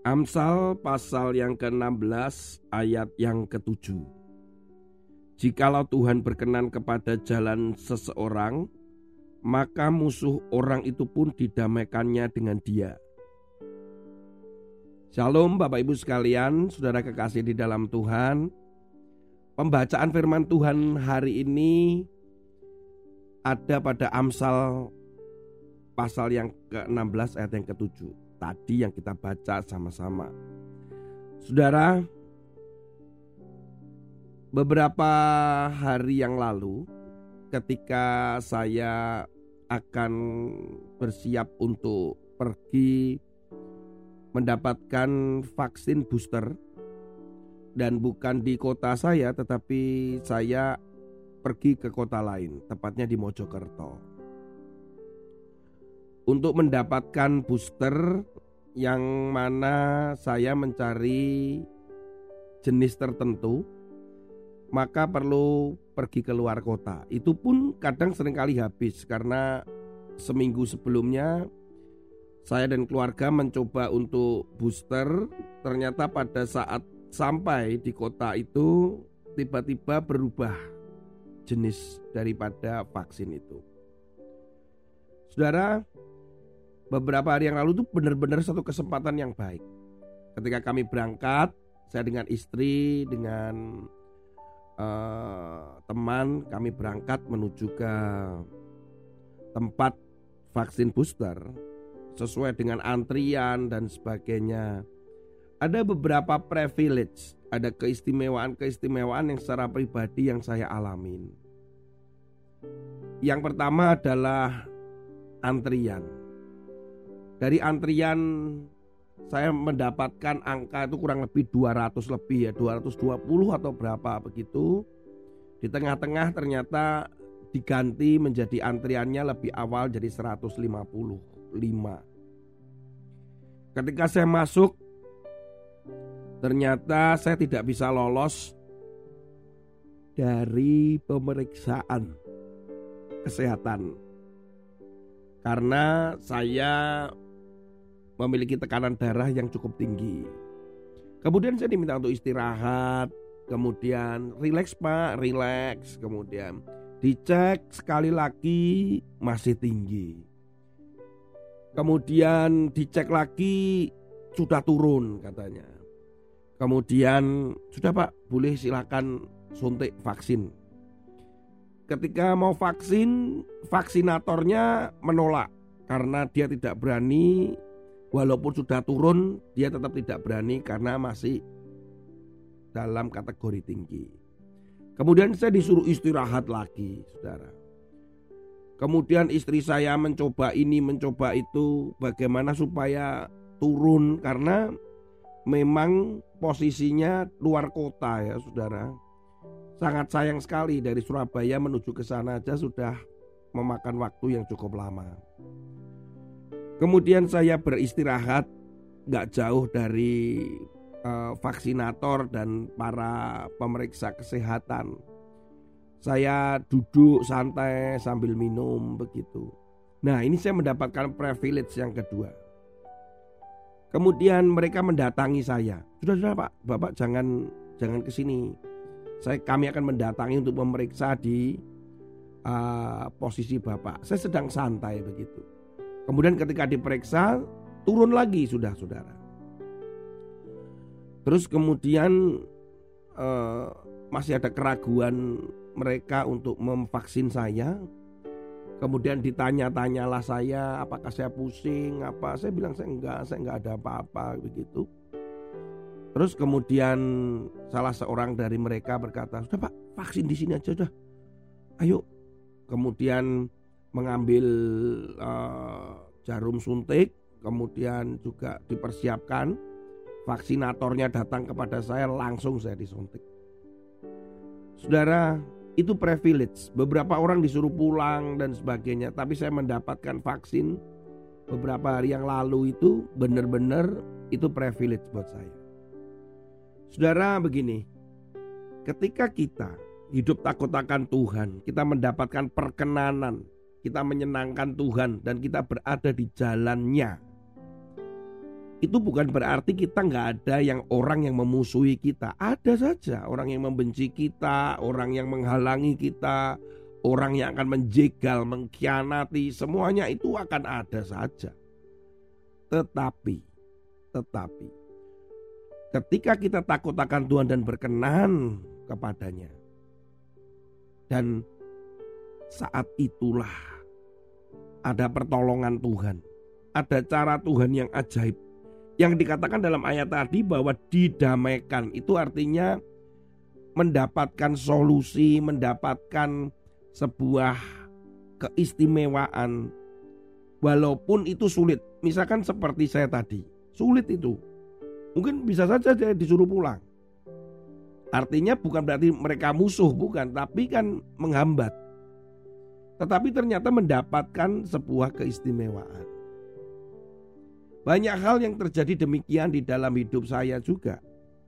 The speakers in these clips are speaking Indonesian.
Amsal pasal yang ke-16 ayat yang ke-7. Jikalau Tuhan berkenan kepada jalan seseorang, maka musuh orang itu pun didamaikannya dengan dia. Shalom Bapak Ibu sekalian, saudara kekasih di dalam Tuhan. Pembacaan firman Tuhan hari ini ada pada Amsal pasal yang ke-16 ayat yang ke-7. Tadi yang kita baca sama-sama. Saudara, beberapa hari yang lalu ketika saya akan bersiap untuk pergi mendapatkan vaksin booster, dan bukan di kota saya tetapi saya pergi ke kota lain, tepatnya di Mojokerto, untuk mendapatkan booster yang mana saya mencari jenis tertentu, maka perlu pergi ke luar kota. Itu pun kadang seringkali habis karena seminggu sebelumnya saya dan keluarga mencoba untuk booster. Ternyata pada saat sampai di kota itu tiba-tiba berubah jenis daripada vaksin itu. Saudara, beberapa hari yang lalu itu benar-benar satu kesempatan yang baik. Ketika kami berangkat, saya dengan istri, dengan teman, kami berangkat menuju ke tempat vaksin booster sesuai dengan antrian dan sebagainya. Ada beberapa privilege, ada keistimewaan-keistimewaan yang secara pribadi yang saya alamin. Yang pertama adalah antrian. Dari antrian saya mendapatkan angka itu kurang lebih 200 lebih ya, 220 atau berapa begitu. Di tengah-tengah ternyata diganti menjadi antriannya lebih awal jadi 155. Ketika saya masuk, ternyata saya tidak bisa lolos dari pemeriksaan kesehatan karena saya memiliki tekanan darah yang cukup tinggi. Kemudian saya diminta untuk istirahat, kemudian rileks Pak, rileks, kemudian dicek sekali lagi masih tinggi. Kemudian dicek lagi sudah turun katanya. Kemudian sudah Pak, boleh silakan suntik vaksin. Ketika mau vaksin, vaksinatornya menolak karena dia tidak berani. Walaupun sudah turun, dia tetap tidak berani karena masih dalam kategori tinggi. Kemudian saya disuruh istirahat lagi, saudara. Kemudian istri saya mencoba ini, mencoba itu, bagaimana supaya turun karena memang posisinya luar kota ya, saudara. Sangat sayang sekali, dari Surabaya menuju ke sana aja sudah memakan waktu yang cukup lama. Kemudian saya beristirahat gak jauh dari vaksinator dan para pemeriksa kesehatan. Saya duduk santai sambil minum begitu. Nah, ini saya mendapatkan privilege yang kedua. Kemudian mereka mendatangi saya. Sudah Pak, Bapak jangan ke sini. Kami akan mendatangi untuk memeriksa di posisi Bapak. Saya sedang santai begitu. Kemudian ketika diperiksa turun lagi sudah, saudara. Terus kemudian masih ada keraguan mereka untuk memvaksin saya. Kemudian ditanya-tanyalah saya, apakah saya pusing apa. Saya bilang saya enggak ada apa-apa begitu. Terus kemudian salah seorang dari mereka berkata, sudah Pak, vaksin di sini aja sudah. Ayo. Kemudian mengambil jarum suntik, kemudian juga dipersiapkan. Vaksinatornya datang kepada saya, langsung saya disuntik. Saudara, itu privilege. Beberapa orang disuruh pulang dan sebagainya, tapi saya mendapatkan vaksin beberapa hari yang lalu itu benar-benar itu privilege buat saya. Saudara, begini, ketika kita hidup takut akan Tuhan, kita mendapatkan perkenanan, kita menyenangkan Tuhan dan kita berada di jalannya, Itu bukan berarti kita nggak ada orang yang memusuhi kita. Ada saja orang yang membenci kita, orang yang menghalangi kita, orang yang akan menjegal, mengkhianati, semuanya itu akan ada saja. Tetapi ketika kita takut akan Tuhan dan berkenan kepadanya, dan saat itulah ada pertolongan Tuhan, ada cara Tuhan yang ajaib. Yang dikatakan dalam ayat tadi bahwa didamaikan itu artinya mendapatkan solusi, mendapatkan sebuah keistimewaan walaupun itu sulit. Misalkan seperti saya tadi, sulit itu. Mungkin bisa saja dia disuruh pulang. Artinya bukan berarti mereka musuh, bukan, tapi kan menghambat. Tetapi ternyata mendapatkan sebuah keistimewaan. Banyak hal yang terjadi demikian di dalam hidup saya juga.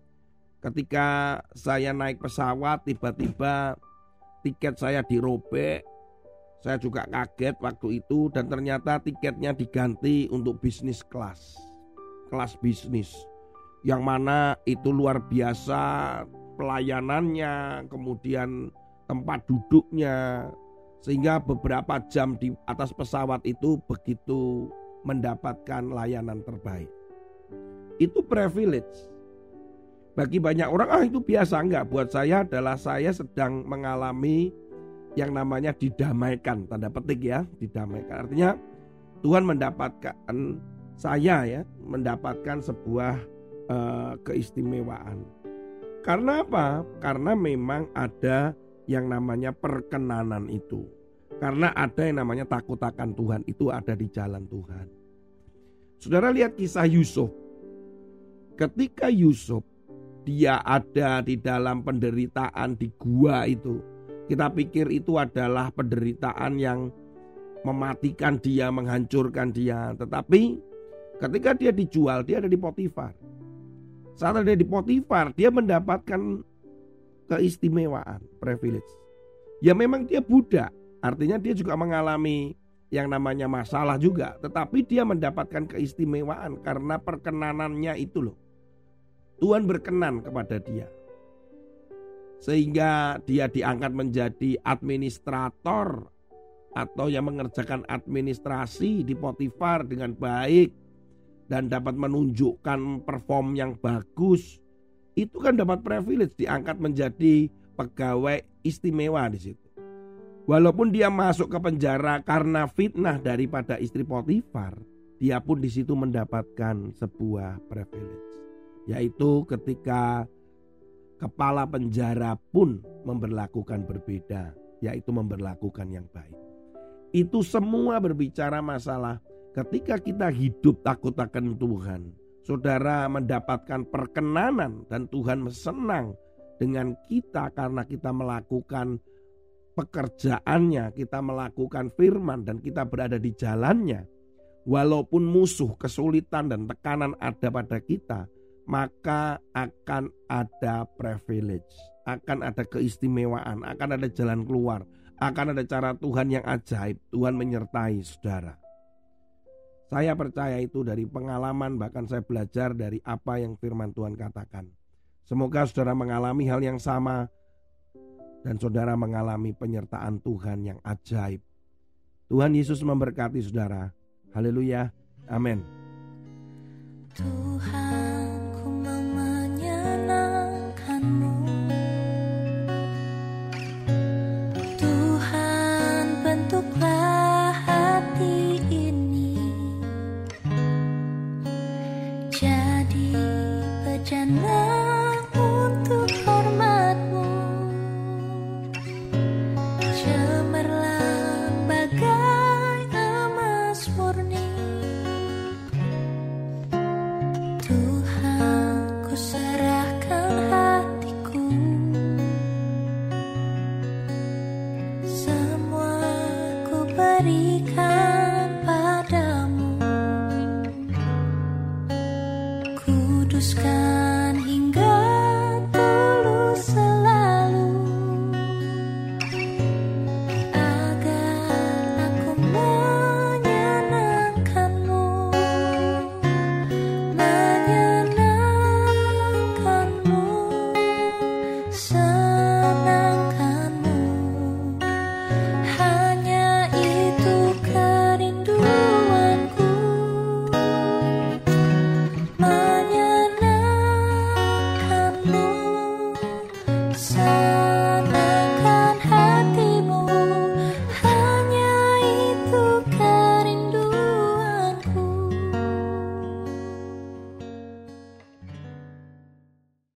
Ketika saya naik pesawat, tiba-tiba tiket saya dirobek. Saya juga kaget waktu itu, dan ternyata tiketnya diganti untuk bisnis kelas bisnis. Yang mana itu luar biasa pelayanannya, kemudian tempat duduknya. Sehingga beberapa jam di atas pesawat itu begitu mendapatkan layanan terbaik. Itu privilege. Bagi banyak orang itu biasa. Enggak, buat saya adalah saya sedang mengalami yang namanya didamaikan, tanda petik ya, didamaikan. Artinya Tuhan mendapatkan saya mendapatkan sebuah keistimewaan. Karena apa? Karena memang ada yang namanya perkenanan itu. Karena ada yang namanya takut akan Tuhan, itu ada di jalan Tuhan. Saudara lihat kisah Yusuf. Ketika Yusuf dia ada di dalam penderitaan di gua itu, kita pikir itu adalah penderitaan yang mematikan dia, menghancurkan dia. Tetapi ketika dia dijual, dia ada di Potifar. Saat ada di Potifar, dia mendapatkan keistimewaan, privilege. Ya memang dia budak. Artinya dia juga mengalami yang namanya masalah juga. Tetapi dia mendapatkan keistimewaan karena perkenanannya itu loh. Tuhan berkenan kepada dia. Sehingga dia diangkat menjadi administrator atau yang mengerjakan administrasi di Potifar dengan baik. Dan dapat menunjukkan perform yang bagus. Itu kan dapat privilege, diangkat menjadi pegawai istimewa di situ. Walaupun dia masuk ke penjara karena fitnah daripada istri Potifar, dia pun di situ mendapatkan sebuah privilege, yaitu ketika kepala penjara pun memberlakukan berbeda, yaitu memberlakukan yang baik. Itu semua berbicara masalah ketika kita hidup takut akan Tuhan, saudara mendapatkan perkenanan dan Tuhan senang dengan kita karena kita melakukan pekerjaannya, kita melakukan firman dan kita berada di jalannya. Walaupun musuh, kesulitan dan tekanan ada pada kita, maka akan ada privilege, akan ada keistimewaan, akan ada jalan keluar, akan ada cara Tuhan yang ajaib. Tuhan menyertai saudara. Saya percaya itu dari pengalaman, bahkan saya belajar dari apa yang firman Tuhan katakan. Semoga saudara mengalami hal yang sama dan saudara mengalami penyertaan Tuhan yang ajaib. Tuhan Yesus memberkati saudara. Haleluya. Amin. Tuhan